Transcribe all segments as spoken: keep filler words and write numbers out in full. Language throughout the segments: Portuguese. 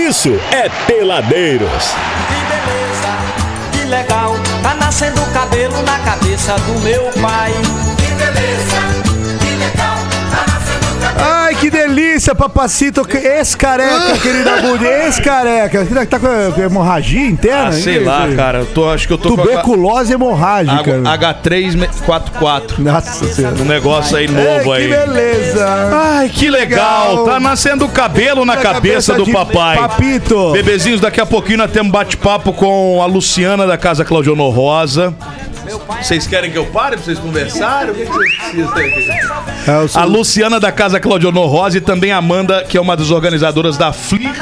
isso é Peladeiros. Que beleza, que legal, tá nascendo cabelo na cabeça do meu pai. Que beleza, que legal, tá nascendo cabelo. Ai, que delícia, papacito. Ex-careca, querida Budi, ex-careca. Será que tá com hemorragia interna? Ah, sei hein? lá, cara. Eu tô, acho que eu tô Tuberculose com a... hemorrágica. H três quatro quatro. Nossa Senhora. Um negócio aí novo Ai, aí. Que beleza. Ai, que legal. legal. Tá nascendo cabelo na, na cabeça, cabeça do papai. Papito. Bebezinhos, daqui a pouquinho nós temos bate-papo com a Luciana da Casa Claudio Honor Rosa. Vocês querem que eu pare pra vocês conversarem? O que, que vocês precisam aí? É, sou... A Luciana da Casa Claudio Honor Rosa e também a Amanda, que é uma das organizadoras da Flir.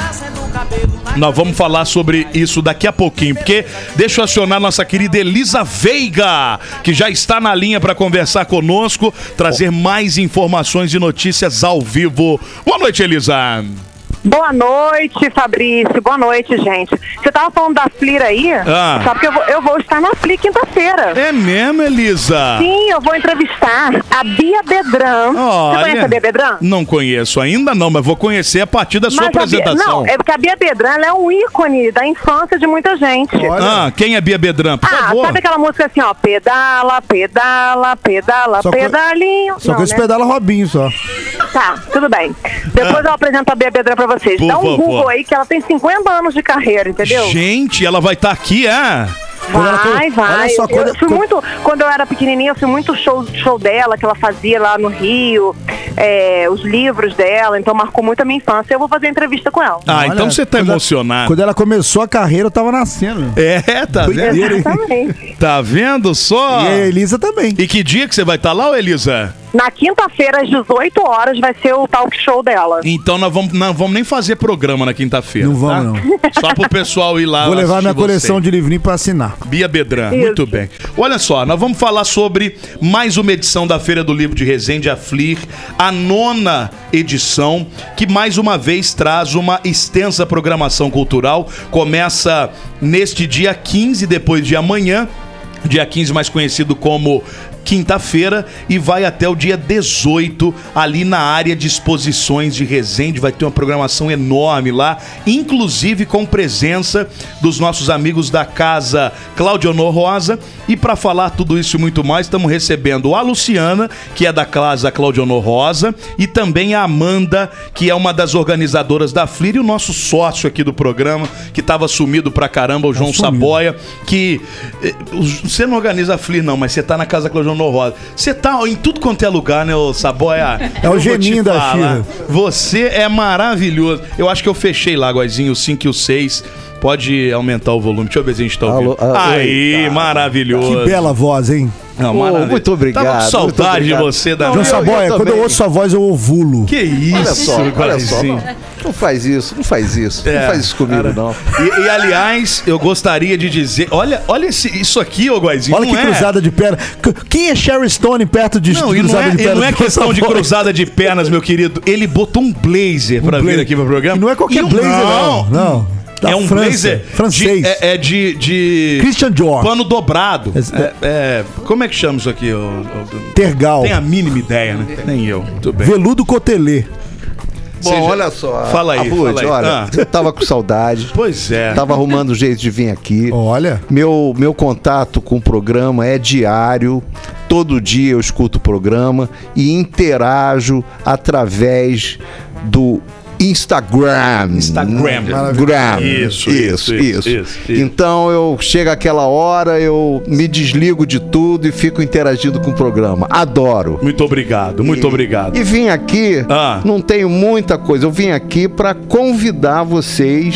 Nós vamos falar sobre isso daqui a pouquinho, porque deixa eu acionar nossa querida Elisa Veiga, que já está na linha para conversar conosco, trazer mais informações e notícias ao vivo. Boa noite, Elisa. Boa noite, Fabrício. Boa noite, gente. Você tava falando da Flir aí? Ah. Sabe que eu vou, eu vou estar na Flir quinta-feira. É mesmo, Elisa? Sim, eu vou entrevistar a Bia Bedran. Olha, você conhece a Bia Bedran? Não conheço ainda não, mas vou conhecer a partir da sua mas apresentação. Bia, não, é porque a Bia Bedran ela é um ícone da infância de muita gente. Olha. Ah, quem é Bia Bedran? Por ah, favor. Sabe aquela música assim, ó? Pedala, pedala, pedala, só pedalinho. Só não, com esse né? pedala Robinho só. Tá, tudo bem. Depois ah. eu apresento a Bia Bedran pra vocês. Por Dá um favor. Google aí que ela tem cinquenta anos de carreira, entendeu? Gente, ela vai estar tá aqui, é? Vai, ela, vai. Só, eu, quando, eu fui quando... muito, quando eu era pequenininha, eu fui muito show, show dela, que ela fazia lá no Rio, é, os livros dela, então marcou muito a minha infância. Eu vou fazer entrevista com ela. Ah, Olha, então você tá quando emocionado. Ela, quando ela começou a carreira, eu tava nascendo. É, tá vendo? Exatamente. Tá vendo só? E a Elisa também. E que dia que você vai estar tá lá, ô Elisa? Na quinta-feira, às dezoito horas, vai ser o talk show dela. Então nós vamos, não vamos nem fazer programa na quinta-feira. Não vamos, tá? não. Só pro pessoal ir lá. Vou levar minha coleção você. de livrinho pra assinar. Bia Bedran, Isso. muito bem. Olha só, nós vamos falar sobre mais uma edição da Feira do Livro de Resende, a Flir, a nona edição, que mais uma vez traz uma extensa programação cultural. Começa neste dia quinze, depois de amanhã. Dia quinze, mais conhecido como quinta-feira, e vai até o dia dezoito ali na área de exposições de Resende. Vai ter uma programação enorme lá, inclusive com presença dos nossos amigos da Casa Claudio Honor Rosa. E para falar tudo isso e muito mais, estamos recebendo a Luciana, que é da Casa Claudio Honor Rosa, e também a Amanda, que é uma das organizadoras da Flir, e o nosso sócio aqui do programa, que estava sumido pra caramba, o João Saboia, que eh, você não organiza a Flir não, mas você tá na Casa Claudio Honor Rosa. Você tá em tudo quanto é lugar, né, ô Saboia? É o geninho da China. Você é maravilhoso. Eu acho que eu fechei lá, Guazinho, o cinco e o seis. Pode aumentar o volume. Deixa eu ver se a gente tá ouvindo. Alô, alô, aí, tá, maravilhoso. Que bela voz, hein? Não, oh, muito obrigado. Tava com saudade de você, da João Saboia, quando eu ouço sua voz, eu ovulo. Que isso, olha só, olha só. Não, não faz isso, não faz isso. É, não faz isso comigo, cara, não. E, e, aliás, eu gostaria de dizer... Olha, olha esse, isso aqui, ô Guazinho. Olha que é... cruzada de perna. Quem é Sherry Stone perto de, não, de cruzada não é, de pernas? Não é questão de cruzada de pernas, meu querido. Ele botou um blazer um pra blazer. vir aqui pro programa. E não é qualquer e blazer, não. Não. não. Da é um França, blazer francês. De, é, é de, de... Christian Dior. Pano dobrado. É, é, como é que chama isso aqui? O, o, Tergal. Tem a mínima ideia, né? Nem eu. Tudo bem. Veludo cotelê. Bom, Seja... olha só. Fala aí, Abud, fala aí. Olha, ah. eu tava com saudade. Pois é. Tava arrumando o jeito de vir aqui. Olha. Meu, meu contato com o programa é diário. Todo dia eu escuto o programa e interajo através do Instagram. Instagram. Gram. Isso, isso, isso, isso, isso. Então eu chego aquela hora, eu me desligo de tudo e fico interagindo com o programa. Adoro. Muito obrigado, muito e, obrigado. E vim aqui, ah. não tenho muita coisa, eu vim aqui para convidar vocês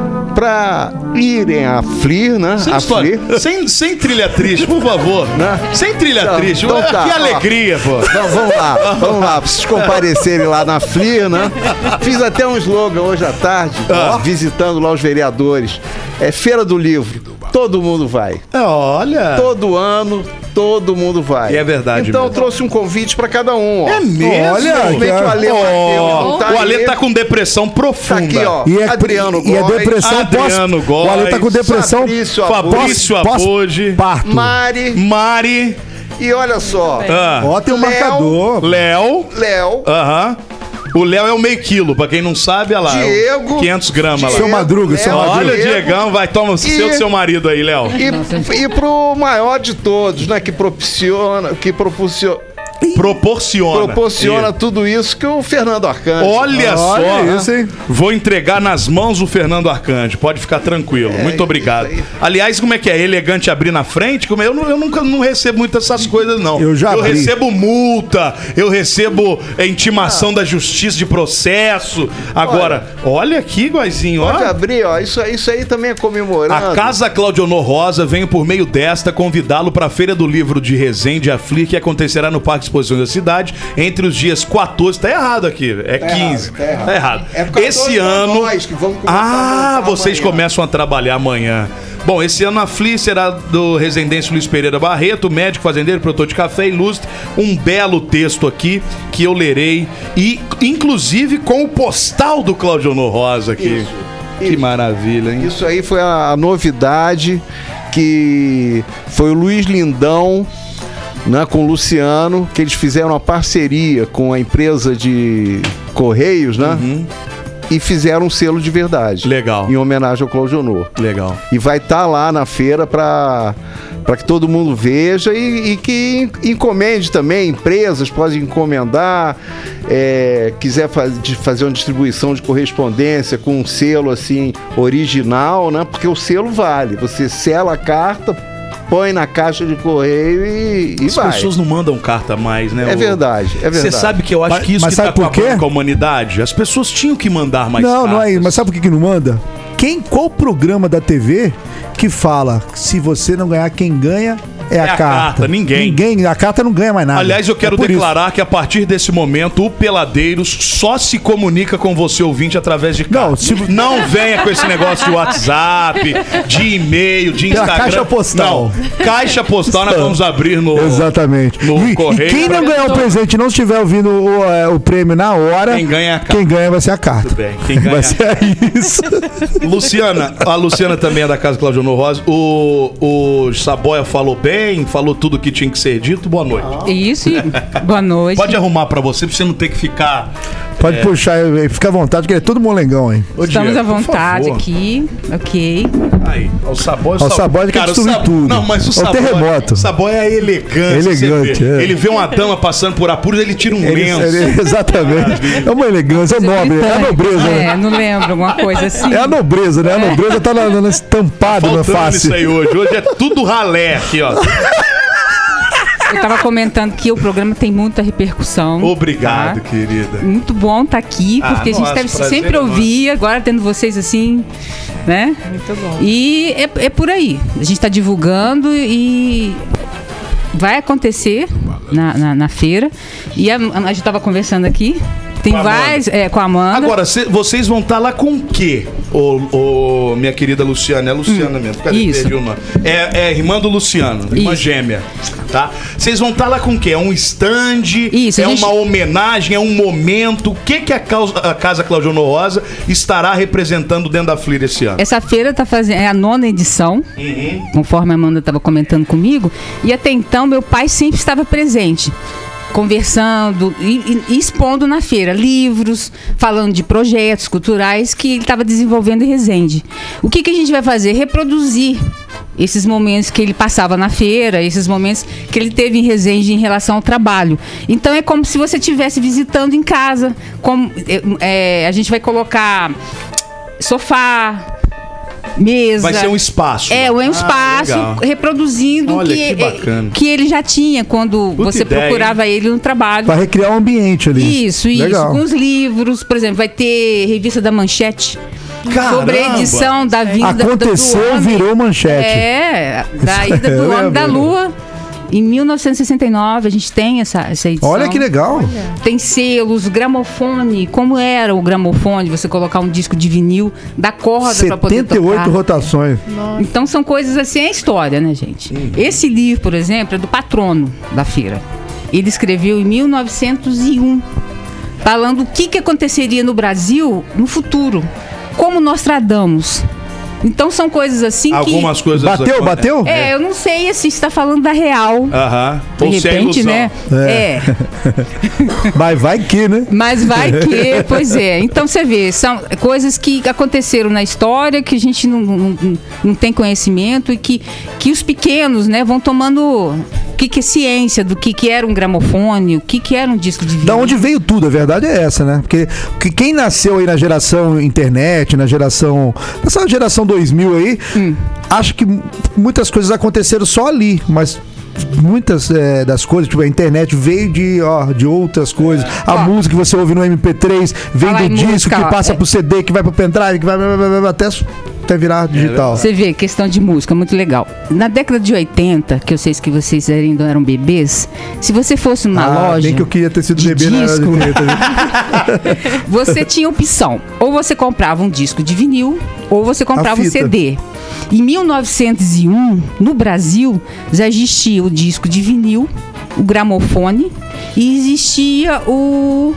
pra irem à Flir, né? Sem, a Flir. Sem, sem trilha triste, por favor. Né? Sem trilha então, triste. Então tá, que alegria, ó, pô. Então vamos lá, vamos lá, pra vocês comparecerem lá na Flir, né? Fiz até um slogan hoje à tarde, ah. ó, visitando lá os vereadores. É Feira do Livro. Todo mundo vai. Olha. Todo ano, todo mundo vai. E é verdade. Então mesmo. eu trouxe um convite pra cada um, ó. É mesmo? Olha, que é... o Alê, oh, tá o Alê tá com depressão profunda. Tá aqui, ó. E é, Adriano e é Góes. depressão Adriano pós... O Alê tá com depressão. Fabrício Fabrício Abud. Parto. Mari. Mari. E olha só. Ah. Ó, tem um Léo, marcador. Léo. Léo. Aham. O Léo é o meio quilo, pra quem não sabe, olha lá. Diego. quinhentos gramas lá. Seu Madruga, seu Léo, Madruga. Olha o Diegão, vai, toma o seu do seu marido aí, Léo. E, e pro maior de todos, né? Que propiciona, que propulsiona, Proporciona. proporciona Isso. tudo isso que o Fernando Arcanjo. Olha, só, Olha isso, hein? Vou entregar nas mãos o Fernando Arcanjo. Pode ficar tranquilo. Muito obrigado. isso aí. Aliás, como é que é? Elegante abrir na frente? Como é? Eu, não- eu nunca não recebo muitas essas coisas, não. Eu já Eu abri. recebo multa, eu recebo é, intimação da justiça de processo. Agora, olha, aqui, Guazinho, ó. Pode abrir, ó. Isso, aí- isso aí também é comemorando. A Casa Claudionor Rosa venho por meio desta convidá-lo para a Feira do Livro de Resende Aflir, que acontecerá no Parque Exposições da Cidade entre os dias quatorze. Tá errado aqui, é quinze. errado, tá errado. Tá errado. É quatorze Esse pra ano. nós, que vamos começar a Ah, montar vocês amanhã. começam a trabalhar amanhã. Bom, esse ano a Aflir será do residência Luiz Pereira Barreto, médico, fazendeiro, produtor de café, ilustre. Um belo texto aqui que eu lerei e, inclusive, com o postal do Claudionor Rosa aqui. Isso, Que isso. maravilha, hein? Isso aí foi a, a novidade que foi o Luiz Lindão, né, com o Luciano, que eles fizeram uma parceria com a empresa de Correios, né? E fizeram um selo de verdade. Legal. Em homenagem ao Claudionor. Legal. E vai estar lá na feira para para que todo mundo veja e, e que encomende também. Empresas podem encomendar, é, quiser faz, de fazer uma distribuição de correspondência com um selo assim original, né? Porque o selo vale. Você sela a carta, põe na caixa de correio e, e As vai. pessoas não mandam carta mais, né? É O- verdade, é verdade. Você sabe que eu acho Mas- que isso mas que tá sabe por quê? acabando com a humanidade? As pessoas tinham que mandar mais Não, cartas. não é isso. Mas sabe por que, que não manda? Quem, qual programa da T V que fala se você não ganhar, quem ganha é a, É a carta? carta, ninguém. Ninguém. A carta não ganha mais nada. Aliás, eu quero É por isso. declarar que a partir desse momento o Peladeiros só se comunica com você, ouvinte, através de carta. Não, se- Não venha com esse negócio de WhatsApp, de e-mail, de Pela Instagram. caixa postal. Não, caixa postal nós vamos abrir no... Exatamente. no e, correio e quem pra- não ganhar o presente e não estiver ouvindo o, é, o prêmio na hora, Quem ganha é a carta. quem ganha vai ser a carta. Tudo bem, quem ganha Vai é a ser isso. Luciana, a Luciana também é da Casa Claudionor Rosa. O, o Saboia falou bem, falou tudo que tinha que ser dito. Boa noite. Isso, e boa noite. Pode arrumar pra você, pra você não ter que ficar... Pode puxar, eh, fica à vontade, porque ele é todo molengão, hein? Ô, Estamos Diego, à por vontade favor. aqui, ok. Aí, o Saboia... O Saboia quer Cara, o destruir Sabo- tudo. Não, mas o É o Saboia... terremoto. O Saboia é elegante. Elegante, você vê. é. Ele vê uma dama passando por apuros, ele tira um Ele- lenço. ele- exatamente. É uma elegância, é nobre, é a nobreza, É, né? não lembro, alguma coisa assim. É a nobreza, né? A nobreza tá na, na estampada na Faltando face. isso aí hoje. Hoje é tudo ralé aqui, ó. Eu tava comentando que o programa tem muita repercussão. Obrigado, tá? querida. Muito bom estar aqui, Ah, porque a nossa, gente deve prazer sempre é nosso. ouvir, agora tendo vocês assim, né? Muito bom. E é, é por aí. A gente está divulgando e vai acontecer na, na, na feira. E a, a gente estava conversando aqui. Tem Com a Amanda. vários. É, com a Amanda. Agora, cê- vocês vão estar lá com o quê? Ô, ô, minha querida Luciana, é Luciana mesmo. Cadê? isso. Perdi o nome. É, é irmã do Luciano, irmã Isso. gêmea, tá? Vocês vão estar lá com o quê? É um stand? Isso, É a gente- uma homenagem? É um momento? O que que a, causa- a Casa Claudionor Rosa estará representando dentro da Flir esse ano? Essa feira tá fazendo, é a nona edição, conforme a Amanda estava comentando comigo, e até então meu pai sempre estava presente, conversando e, e- e expondo na feira livros, falando de projetos culturais que ele estava desenvolvendo em Resende. O que, que a gente vai fazer? Reproduzir esses momentos que ele passava na feira, esses momentos que ele teve em Resende em relação ao trabalho. Então é como se você estivesse visitando em casa. Como, é, é, a gente vai colocar sofá, mesa. Vai ser um espaço. É, é um Ah, espaço legal. reproduzindo o Olha, que, que bacana. que ele já tinha quando Puta você ideia, procurava ele no trabalho. Pra recriar um ambiente ali. Isso, isso. Legal. Com os livros, por exemplo, vai ter revista da Manchete. Caramba! Sobre a edição da vinda do- do Aconteceu, homem. virou manchete. É, da ida Eu do homem lembro. da Lua. Em mil novecentos e sessenta e nove a gente tem essa, essa edição. Olha que legal. Tem selos, gramofone. Como era o gramofone? Você colocar um disco de vinil da corda para poder setenta e oito tocar. rotações. Então são coisas assim, é história, né, gente? Uhum. Esse livro, por exemplo, é do patrono da feira. Ele escreveu em mil novecentos e um, falando o que, que aconteceria no Brasil no futuro. Como Nostradamus. Então são coisas assim Algumas que... coisas... Bateu, bateu? É, eu não sei se está falando da real. Aham. De Ou se é repente, ilusão. né? É. É. Mas vai que, né? Mas vai que, pois é. Então você vê, são coisas que aconteceram na história que a gente não, não, não tem conhecimento e que, que os pequenos, né, vão tomando o que, que é ciência do que, que era um gramofone, o que, que era um disco de vinil. Da onde veio tudo, a verdade é essa, né? Porque que quem nasceu aí na geração internet, na geração. Nessa geração dois mil aí, Hum. acho que muitas coisas aconteceram só ali, mas. Muitas é, das coisas, tipo, a internet veio de, ó, de outras coisas. A Ó. música que você ouve no M P três vem Fala do em disco música, que ó, passa é. pro C D, que vai pro pendrive, que vai até, até virar digital. Você vê, questão de música, muito legal. Na década de oitenta, que eu sei que vocês ainda eram bebês, se você fosse numa Ah, loja bem que eu queria ter sido de bebê na era de disco, oitenta, né? você tinha opção. Ou você comprava um disco de vinil, ou você comprava um fita. C D. Em mil novecentos e um, no Brasil, já existia o disco de vinil, o gramofone, e existia o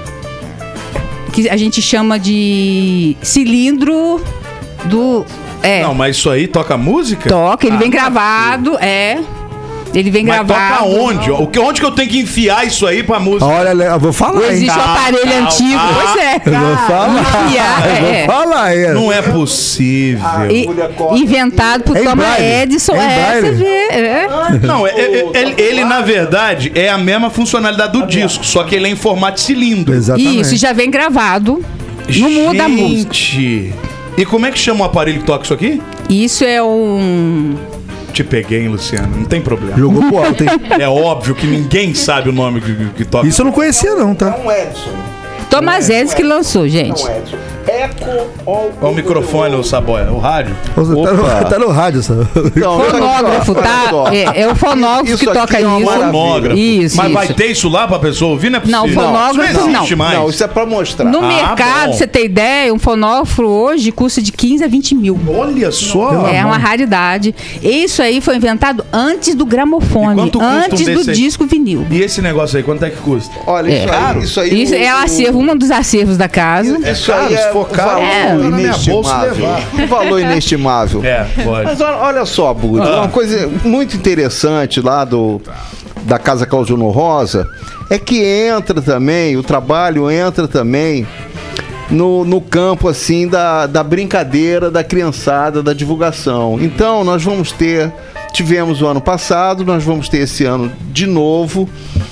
que a gente chama de cilindro do... É, Não, mas isso aí toca música? toca, ele Ah, vem gravado, é... Ele vem Mas gravado. toca onde? O que- Onde que eu tenho que enfiar isso aí pra música? Olha, eu vou falar, Não hein? existe um Calma, aparelho calma, antigo. calma. Pois é. Eu vou falar. Enfiar, Eu é. vou falar, é. Não é possível. E- inventado por É em Thomas braille. Edison. É em É, braille. você vê. É. Não, é- é- ele, ele, na verdade é a mesma funcionalidade do disco, só que ele é em formato de cilindro. Exatamente. Isso, já vem gravado. Não muda a música. Gente, e como é que chama o aparelho que toca isso aqui? Isso é um... Te peguei, hein, Luciano, não tem problema. Jogou pro alto, hein? É óbvio que ninguém sabe o nome que, que toca. Isso eu não conhecia, não, tá? Um Edson. Thomas Edison que lançou, gente. Um Edson. Eco all Olha o microfone, o Saboia, o rádio. Você tá no, Opa. tá no rádio, sabe? Então, olha Fonógrafo, só, tá? olha só. É, é o fonógrafo Isso que toca aqui é uma isso. maravilha. Fonógrafo. Isso, Mas vai isso. ter isso lá pra pessoa ouvir? Não é possível. Não, fonógrafo isso não existe não. mais. Não, isso é pra mostrar. No Ah, mercado, bom. pra você ter ideia, um fonógrafo hoje custa de quinze a vinte mil. Olha só. É uma raridade. Isso aí foi inventado antes do E gramofone, quanto custa um antes do desse aí? disco vinil. E esse negócio aí, quanto é que custa? Olha, É. isso aí, isso aí. Isso é o acervo, um dos acervos da casa. Isso caro, aí se é for caro, um é, valor na minha bolsa inestimável. levar. Um valor inestimável. É, pode. Mas olha, olha só, Budi, Ah. uma coisa muito interessante lá do, da Casa Claudiono Rosa é que entra também, o trabalho entra também no, no campo assim da, da brincadeira, da criançada, da divulgação. Então nós vamos ter, tivemos o ano passado, nós vamos ter esse ano de novo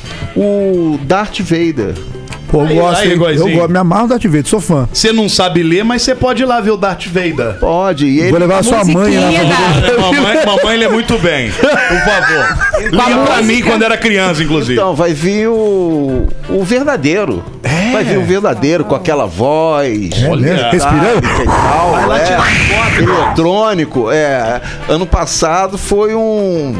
o Darth Vader. Pô, eu Aí, gosto, aí, hein? Goizinho. Eu gosto, me amarro do Darth Vader, sou fã. Você não sabe ler, mas você pode ir lá ver o Darth Vader. Pode, e ele Vou levar a sua mãe lá musiquinha pra da- mamãe, mamãe lê muito bem. Por favor. Liga pra música. mim quando era criança, inclusive. Então, vai vir o, o verdadeiro. É. Vai vir o verdadeiro com aquela voz. É mesmo? metálica Respirando? E tal, Vai lá é. tirar foto, Eletrônico. É. Ano passado foi um.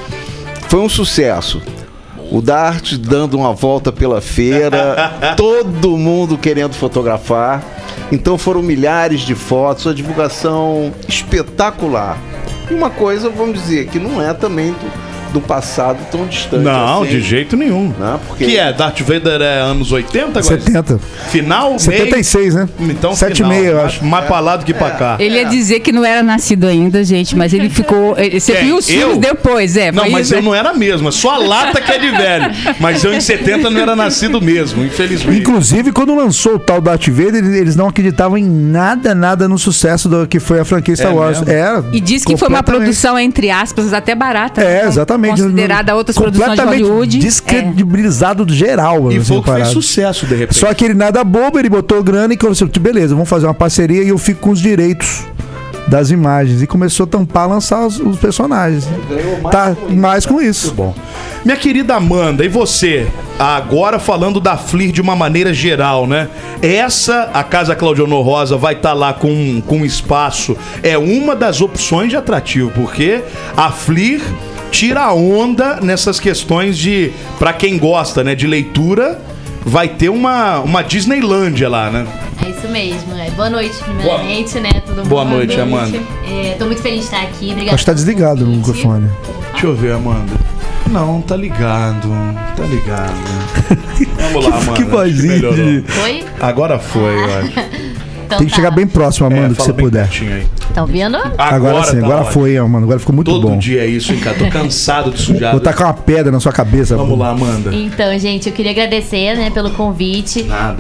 Foi um sucesso. O Dart dando uma volta pela feira, todo mundo querendo fotografar. Então foram milhares de fotos, a divulgação espetacular. E uma coisa, vamos dizer, que não é também do, do passado tão distante Não, assim. de jeito nenhum. Não, porque- Que é? Darth Vader é anos oitenta, Góis? setenta. Final? setenta e seis, né? Meio? Então, sete e final. meio, eu Mais- acho. Mais pra lá do que pra cá. Ele ia dizer que não era nascido ainda, gente, mas ele ficou. ele- Você Quem? viu os filmes Eu? depois, é. Não, foi mas isso, eu né? não era mesmo. É só a lata que é de velho. Mas eu em setenta não era nascido mesmo, infelizmente. Inclusive, quando lançou o tal Darth Vader, eles eles não acreditavam em nada, nada no sucesso do que foi a franquia Star É Wars. mesmo? Era. E diz que foi uma completamente. produção, entre aspas, até barata. É, né? exatamente. Considerada outras produções de Completamente Hollywood. descredibilizado do geral. E assim, foi o que fez parado. sucesso, de repente. Só que ele nada bobo, ele botou grana e falou assim, beleza, vamos fazer uma parceria e eu fico com os direitos das imagens. E começou a tampar, lançar os, os personagens. Tá mais com isso. Bom. Minha querida Amanda, e você? Agora falando da Flir de uma maneira geral, né? Essa, a Casa Claudiono Rosa vai estar lá com, com espaço. É uma das opções de atrativo, porque a Flir tira a onda nessas questões de, pra quem gosta, né, de leitura, vai ter uma, uma Disneylândia lá, né? É isso mesmo. É. Boa noite, primeiramente, né? Todo mundo. Boa noite, Amanda. É, tô muito feliz de estar aqui. Obrigada. Acho que tá pelo desligado no convite. microfone. Deixa eu ver, Amanda. Não, tá ligado. Tá ligado. Vamos lá, Amanda. Que acho vozinha melhorou. de- Foi? Agora foi, eu acho. Então Tem que tá. chegar bem próximo, Amanda, É, que fala você bem puder. pertinho aí. Tá ouvindo? Agora, agora sim, tá agora ótimo. foi, mano. Agora ficou muito Todo bom. dia é isso, hein, cara? Tô cansado de sujar. Vou tacar uma pedra na sua cabeça. Vamos pô. lá, Amanda. Então, gente, eu queria agradecer, né, pelo convite. Nada.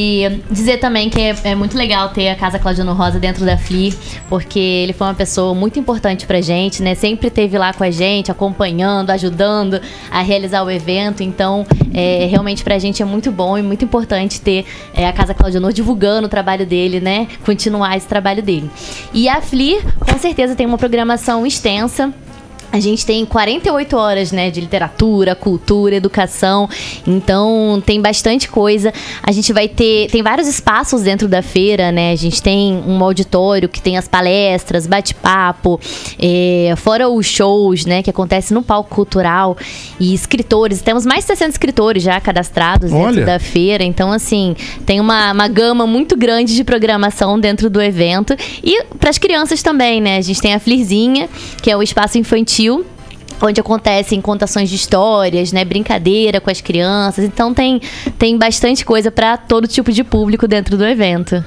E dizer também que é, é muito legal ter a Casa Claudiano Rosa dentro da F L I R, porque ele foi uma pessoa muito importante pra gente, né? Sempre esteve lá com a gente, acompanhando, ajudando a realizar o evento. Então, é, realmente pra gente é muito bom e muito importante ter é, a Casa Claudiano divulgando o trabalho dele, né? Continuar esse trabalho dele. E a F L I R, com certeza, tem uma programação extensa. A gente tem quarenta e oito horas, né, de literatura, cultura, educação. Então, tem bastante coisa. A gente vai ter... Tem vários espaços dentro da feira, né? A gente tem um auditório que tem as palestras, bate-papo, é, fora os shows, né, que acontecem no palco cultural. E escritores. Temos mais de sessenta escritores já cadastrados dentro Olha. da feira. Então, assim, tem uma, uma gama muito grande de programação dentro do evento. E para as crianças também, né? A gente tem a Flirzinha, que é o espaço infantil, onde acontecem contações de histórias, né, brincadeira com as crianças. Então tem, tem bastante coisa para todo tipo de público dentro do evento.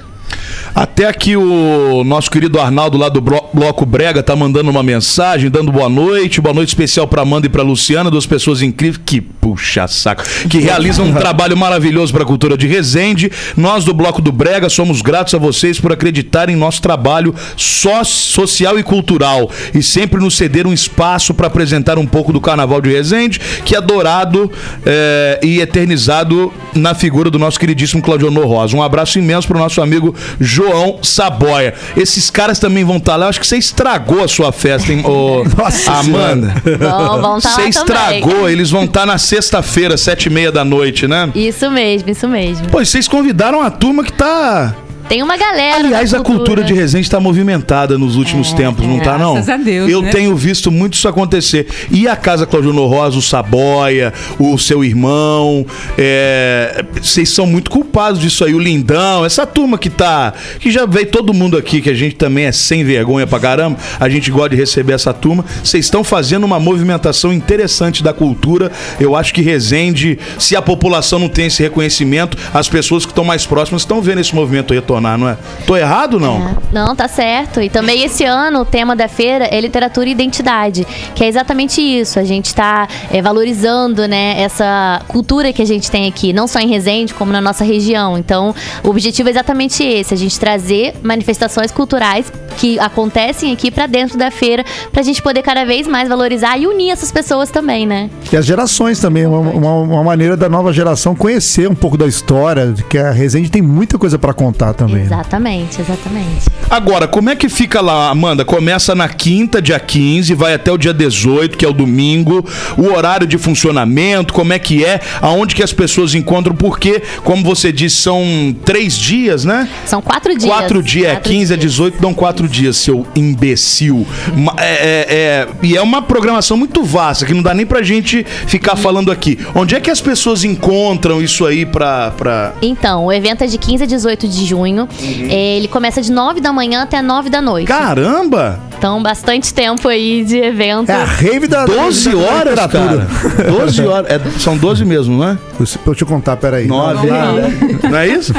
Até aqui o nosso querido Arnaldo lá do Blo- Bloco Brega tá mandando uma mensagem, dando boa noite, boa noite especial pra Amanda e pra Luciana, duas pessoas incríveis, que puxa saco, que realizam um trabalho maravilhoso pra cultura de Resende. Nós do Bloco do Brega somos gratos a vocês por acreditarem em nosso trabalho só social e cultural e sempre nos ceder um espaço pra apresentar um pouco do Carnaval de Resende, que é adorado é, e eternizado na figura do nosso queridíssimo Claudiano Rosa. Um abraço imenso pro nosso amigo João Saboia. Esses caras também vão estar lá. Eu acho que você estragou a sua festa, hein, ô, Nossa Amanda? Vão, vão tá Você lá estragou. também. Eles vão estar na sexta-feira, sete e meia da noite, né? Isso mesmo, isso mesmo. Pô, vocês convidaram a turma que tá... Tem uma galera. Aliás, da a cultura de Resende está movimentada nos últimos tempos, não tá, não? graças a Deus, Eu né? tenho visto muito isso acontecer. E a Casa Claudiano Rosa, o Saboia, o seu irmão, é, vocês são muito culpados disso aí. O Lindão, essa turma que tá... Que já veio todo mundo aqui, que a gente também é sem vergonha pra caramba. A gente gosta de receber essa turma. Vocês estão fazendo uma movimentação interessante da cultura. Eu acho que Resende, se a população não tem esse reconhecimento, as pessoas que estão mais próximas estão vendo esse movimento retornar, não é? Tô errado ou não? É. Não, tá certo. E também esse ano o tema da feira é literatura e identidade, que é exatamente isso. A gente está é, valorizando, né, essa cultura que a gente tem aqui, não só em Resende, como na nossa região. Então, o objetivo é exatamente esse, a gente trazer manifestações culturais que acontecem aqui para dentro da feira, pra gente poder cada vez mais valorizar e unir essas pessoas também, né? E as gerações também, uma, uma, uma maneira da nova geração conhecer um pouco da história, que a Resende tem muita coisa pra contar também. Exatamente, exatamente. Agora, como é que fica lá, Amanda? Começa na quinta, dia quinze, vai até o dia dezoito, que é o domingo. O horário de funcionamento, como é que é? Aonde que as pessoas encontram? Porque, como você disse, são três dias, né? São quatro dias. Quatro dias, é Quatro quinze a dias. dezoito, dão quatro dias, seu imbecil. Ma- É, é, é, e é uma programação muito vasta, que não dá nem pra gente ficar falando aqui. Onde é que as pessoas encontram isso aí pra... pra... Então, o evento é de quinze a dezoito de junho. É, ele começa de nove da manhã até nove da noite. Caramba! Então, bastante tempo aí de evento. É a rave da doze da- da horas, literatura. cara. doze horas. É, são doze mesmo, não é? Deixa eu te contar, peraí. Nove, Não, não, não, não é isso?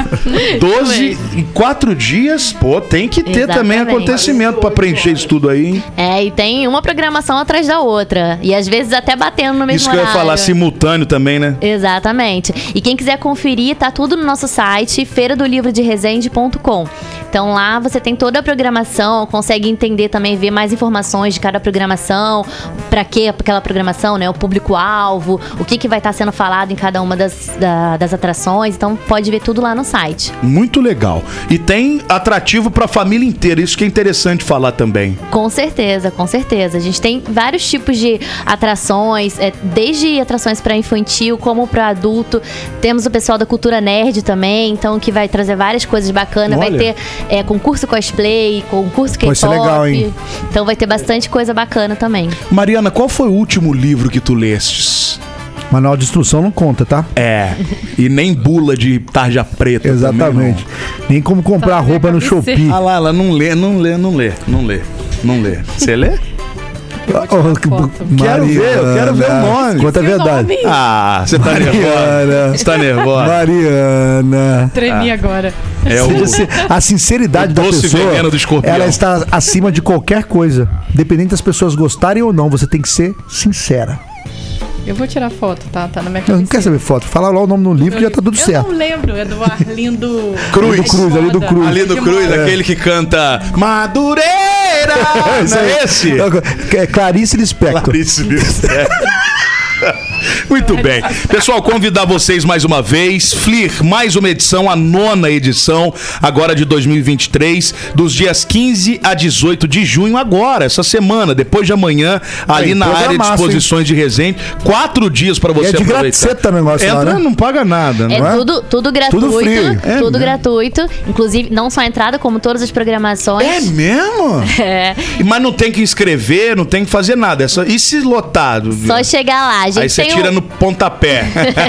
doze em quatro dias, pô, tem que ter também Exatamente. acontecimento pra preencher isso tudo aí, hein? É, e tem uma programação atrás da outra. E às vezes até batendo no mesmo Isso que eu ia horário. falar, simultâneo também, né? Exatamente. E quem quiser conferir, tá tudo no nosso site, feira do livro de resende ponto com. Então lá você tem toda a programação, consegue entender também, ver mais informações de cada programação, pra que aquela programação, né? O público-alvo, o que, que vai estar sendo falado em cada uma das, da- das atrações. Então pode ver tudo lá no site. Muito legal. E tem atrativo pra família inteira, isso que é interessante falar também. Com certeza, com certeza. A gente tem vários tipos de atrações, é, desde atrações para infantil como para adulto. Temos o pessoal da cultura nerd também, então que vai trazer várias coisas bacanas. Vai Olha. ter é, concurso cosplay, concurso Vai ser K-pop. legal, hein? Então vai ter bastante coisa bacana também. Mariana, qual foi o último livro que tu lestes? Manual de instrução não conta, tá? É, e nem bula de tarja preta. Exatamente. Nem como comprar Só roupa no deve ser. Shopee. Ah lá, ela não lê, não lê, não lê, não lê, não lê. Você lê? Quero ver, eu quero ver o nome. Conta a verdade. Ah, você tá nervosa. Você tá nervosa. Mariana. Tremi agora. É o... A sinceridade da doce pessoa, veneno do escorpião. ela está acima de qualquer coisa. Dependente das pessoas gostarem ou não, você tem que ser sincera. Eu vou tirar foto, tá? Tá na minha Não, cabeça. não quer saber foto. Fala lá o nome no livro que já tá tudo eu certo. Eu não lembro, é do Arlindo... Cruz. Ali do Cruz, ali do Cruz. Ali do Cruz, É. aquele que canta Madureira! Não é esse? É Clarice Lispector. Clarice Lispector. Muito bem. Pessoal, convidar vocês mais uma vez. Flir, mais uma edição, a nona edição, agora de dois mil e vinte e três, dos dias quinze a dezoito de junho, agora, essa semana, depois de amanhã, ali Aí, na área de programaço, exposições de Resende. Quatro dias pra você E é de aproveitar. gratuita o negócio lá, Entra, né? não paga nada, É não é? tudo, tudo gratuito. Tudo free. É tudo mesmo? gratuito. Inclusive, não só a entrada, como todas as programações. É mesmo? É. Mas não tem que inscrever, não tem que fazer nada. É só... E se lotado? Só chegar lá. A gente Aí você tem tira um- no pontapé.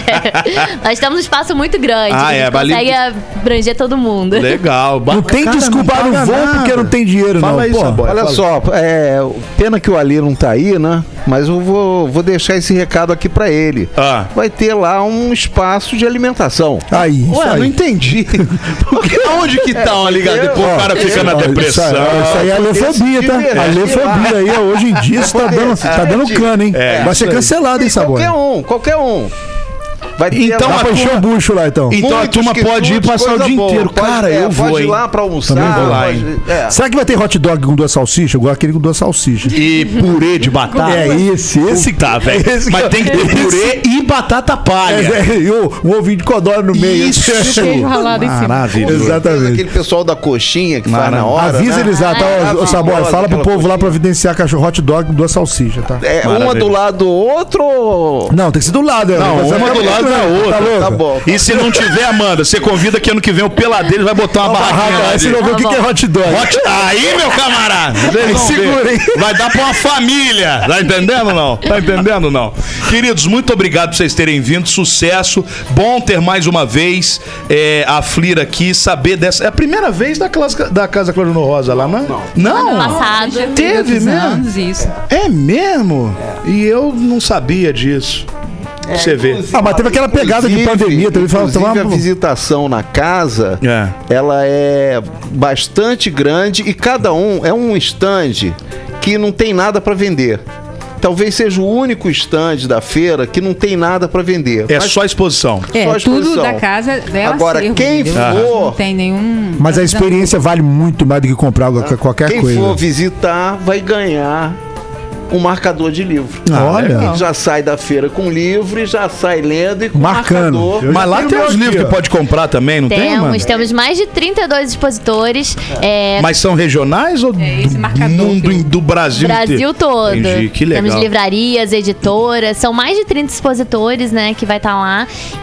Nós temos um espaço muito grande. Ah, a gente é, vale- consegue abranger todo mundo. Legal. Não tem Cara, desculpa, não não, paga vou nada. porque não tem dinheiro, Fala não. aí, Pô, Saboia. Olha Fala. só, é, pena que o Ali não tá aí, né? Mas eu vou, vou deixar esse recado aqui pra ele. Ah. Vai ter lá um espaço de alimentação. Aí, isso Ué, aí. não entendi. Porque onde que tá uma ligada? Depois o cara fica na Ó, depressão. Isso aí, isso aí é alefobia, tá? divertir Alefobia aí, ó, hoje em dia isso tá dando, tá dando cano, hein? É, Vai isso ser aí. cancelado, hein, Sabor? Qualquer um, qualquer um. Vai ter Então, lá Dá pra encher o bucho lá, então. Então a muitos turma pode ir quitutes, passar o coisa dia boa. inteiro. Pode- Cara, é, eu vou, Pode ir hein? lá pra almoçar. Também vou lá, pode- hein? é. Será que vai ter hot dog com duas salsichas? Eu gosto daquele com duas salsichas. E purê de batata. É esse, esse Tá, velho. esse Mas que- tem que ter purê e batata palha. É, é, e o, o ovinho de codorna no meio. Isso. Queijo ralado em cima. Maravilhoso. Exatamente. Aquele pessoal da coxinha que faz na hora. Avisa né? eles lá, tá? Ah, Ô, ô, Sabor, famosa fala pro aquela povo lá coxinha. providenciar cachorro hot dog com duas salsichas, tá? É, uma Maravilha. do lado do outro. Não, tem que ser do lado. Não, Mas uma é do lado da outra. Tá louco? Tá bom. E se não tiver, Amanda, você convida que ano que vem o Peladeiro vai botar uma barraquinha lá Aí você de- não vê o que, que é hot dog. Hot- Aí, meu camarada! Vocês Aí vão segura, ver. hein? Vai dar pra uma família! Tá entendendo não? Tá entendendo não? Queridos, muito obrigado por vocês terem vindo. Sucesso. Bom ter mais uma vez é, a Flir aqui, saber dessa. É a primeira vez da, classe, da Casa Cláudio Rosa lá, não é? Não? Ano passado. Teve Outros mesmo? anos, isso. É mesmo? E eu não sabia disso. Pra você ver. Ah, mas teve aquela pegada de Inclusive- pandemia também. Fala, Inclusive, tava a uma- visitação na casa, É. ela é bastante grande e cada um é um stand que não tem nada para vender. Talvez seja o único stand da feira que não tem nada para vender. É Mas só exposição. É, Só tudo exposição. da casa dela. Agora, acervo, quem entendeu? for- Não tem nenhum. Mas a experiência vale muito mais do que comprar qualquer quem coisa. for visitar vai ganhar um marcador de livro. Ah, olha. Ele já sai da feira com livro e já sai lendo e com Marcando. marcador. Eu já Mas lá tenho tem meu os aqui, livros ó. que pode comprar também, não tem, Amanda? Temos, temos mais de trinta e dois expositores. É, Mas são regionais ou É, esse do marcador mundo que eu- do Brasil Brasil inteiro? todo. Entendi, que legal. Temos livrarias, editoras. São mais de trinta expositores, né, que vai estar lá.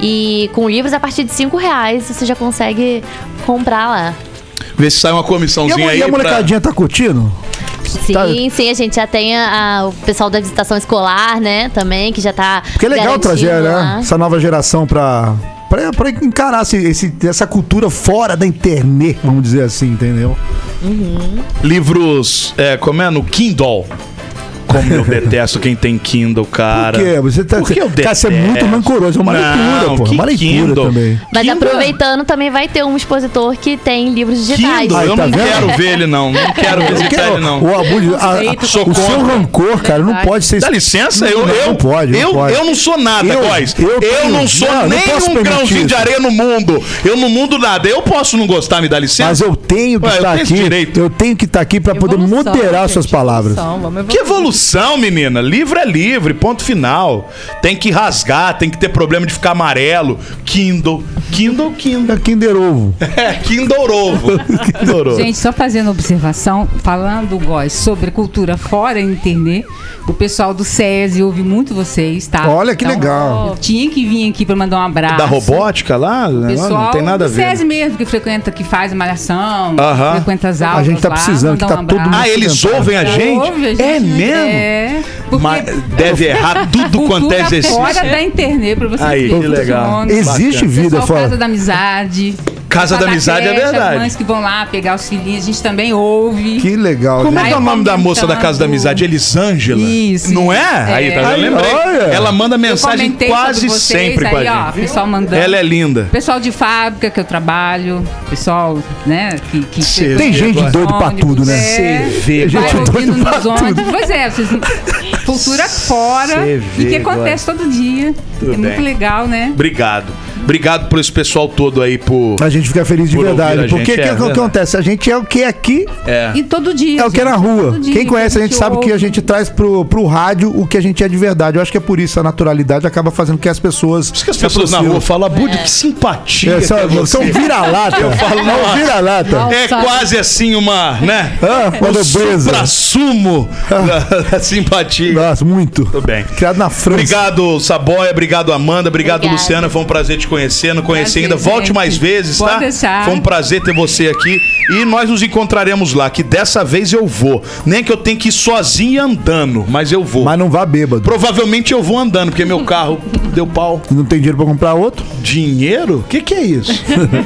E com livros a partir de cinco reais você já consegue comprar lá. Vê se sai uma E a, comissãozinha mo- aí e a pra... molecadinha tá curtindo? Sim, Tá. sim, a gente já tem a- a- o pessoal da visitação escolar, né, também, que já tá Porque é legal garantindo trazer, né, lá. essa nova geração pra, pra, pra encarar esse, esse- essa cultura fora da internet, vamos dizer assim, entendeu? Livros, é, como é? No Kindle. Como eu detesto quem tem Kindle, cara. Por quê? Você tá, Porque eu cara, você é detesto. muito rancoroso. É uma Não, leitura, pô. É que uma leitura Kindle? também. Mas Kindle- aproveitando, também vai ter um expositor que tem livros digitais. Kindle, Aí, eu tá não vendo? quero ver ele não. Não quero visitar ele não. O abuso, a- a- Respeito, sou o seu contra. rancor, cara, não Verdade. pode ser. Dá licença, eu, Não, eu, não pode, não eu, pode. eu não sou nada, Eu- Góis. eu Eu, tenho- não sou não, não nem posso um permitir grãozinho isso. de areia no mundo. Eu não mundo nada. Eu posso não gostar, me dá licença? Mas eu tenho que Ué, eu estar tenho esse aqui. direito. Eu tenho que estar aqui pra poder Evolução, moderar gente, suas palavras. evolução, vamos Que evoluir. evolução, menina. Livro é livre, ponto final. Tem que rasgar, tem que ter problema de ficar amarelo. Kindle. Kindle, Kindle. É Kinder Ovo. É, Kindle Ovo. Kindle Ovo. Gente, só fazendo observação, falando, Góis, sobre cultura fora da internet, o pessoal do SESI ouve muito vocês, tá? Olha que legal. eu tinha que vir aqui pra mandar um abraço. Da robótica lá? O pessoal não tem nada a do ver. SESI mesmo, que frequenta, que faz a malhação, Aham. que frequenta as aulas. gente tá lá, precisando, que mandar tá um todo abraço. mundo Ah, eles ouvem a gente? Ouve a gente, É mesmo? É. Porque Mas deve errar tudo quanto é cultura exercício. fora da internet pra vocês Aí, verem que como legal. funciona. Existe O vida pessoal fora. Casa da Amizade. Casa da Amizade é creche, verdade. As mães que vão lá pegar os filhinhos, a gente também ouve. Que legal. Como é que é o Vai nome da moça da Casa da comentando. Amizade? Elisângela? Isso, Não é? isso. Aí, tá É. vendo? Eu lembrei. Olha. Ela manda mensagem comentei quase sobre vocês sempre com a aí, ó, gente. pessoal mandando. Ela é linda. Pessoal de fábrica que eu trabalho, pessoal, né, que... que Cê Tem vê gente agora. doido pra tudo, né? É, Cê vê Gente vai doido ouvindo pra nos tudo. ônibus. Pois é, vocês, cultura fora Cê e vê que acontece todo dia. Tudo é muito bem. legal, né? Obrigado. Obrigado por esse pessoal todo aí, por... A gente fica feliz de Por ouvir verdade. a Porque gente, o que, é que verdade. acontece? A gente é o que aqui É. E todo dia. é o que é na gente, rua. todo dia Quem conhece a gente sabe que a ouve. gente traz pro, pro rádio o que a gente é de verdade. Eu acho que é por isso a naturalidade acaba fazendo que as pessoas. Por isso que as pessoas na rua falam, Budi, que simpatia. É, que são, é você." são vira-lata. Eu falo, Não, nossa. vira-lata. É quase assim uma, né? Ah, uma o nobreza. supra-sumo da, da simpatia. Nossa, muito. Tudo bem. Criado na França. Obrigado, Saboia. Obrigado, Amanda. Obrigado, Obrigada. Luciana. Foi um prazer te conhecer. Não conheci Prazer, ainda. Volte gente. mais vezes, Pode tá? deixar. Foi um prazer ter você aqui. E nós nos encontraremos lá, que dessa vez eu vou. Nem que eu tenha que ir sozinho andando, mas eu vou. Mas não vá bêbado. Provavelmente eu vou andando, porque meu carro deu pau. Não tem dinheiro pra comprar outro? Dinheiro? O que, que é isso?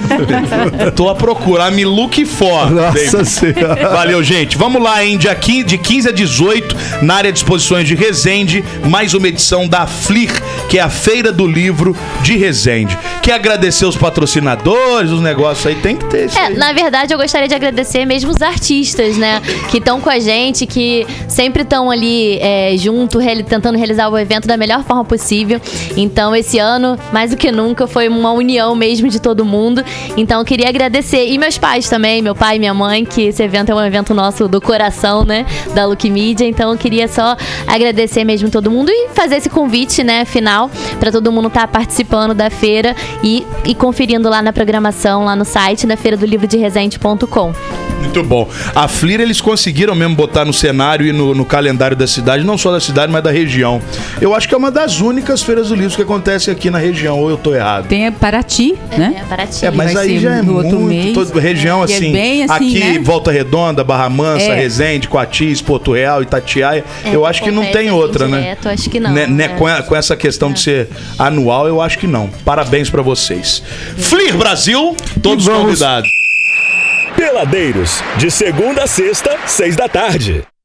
Tô a procurar me look for. Nossa Senhora. Valeu, gente. Vamos lá, hein? Dia quinze, de quinze a dezoito, na área de exposições de Resende, mais uma edição da Flir, que é a Feira do Livro de Resende. Quer agradecer os patrocinadores, os negócios aí? Tem que ter isso É, aí. na verdade, eu gostaria de agradecer mesmo os artistas, né? Que estão com a gente, que sempre estão ali é, junto, reali- tentando realizar o evento da melhor forma possível. Então, esse ano, mais do que nunca, foi uma união mesmo de todo mundo. Então, eu queria agradecer. E meus pais também, meu pai e minha mãe, que esse evento é um evento nosso do coração, né? Da Look Media. Então, eu queria só agradecer mesmo todo mundo e fazer esse convite, né? Final, para todo mundo estar participando da feira e, e conferindo lá na programação, lá no site, na feira do livro de resende ponto com. Muito bom. A Flir, eles conseguiram mesmo botar no cenário e no, no calendário da cidade, não só da cidade, mas da região. Eu acho que é uma das únicas feiras do livro que acontece aqui na região, ou eu tô errado? Tem a Paraty, né? É, Paraty. É, mas vai aí ser já é no outro muito, mês. toda região E é assim, bem assim, aqui, né? Volta Redonda, Barra Mansa, É. Resende, Coatis, Porto Real, Itatiaia, É, eu acho que não compete tem assim outra, né? direto, acho que não, Né, né, é. com, a- com essa questão de ser anual, eu acho que não. Parabéns pra vocês. Flir Brasil, todos E vamos- convidados. Peladeiros, de segunda a sexta, seis da tarde.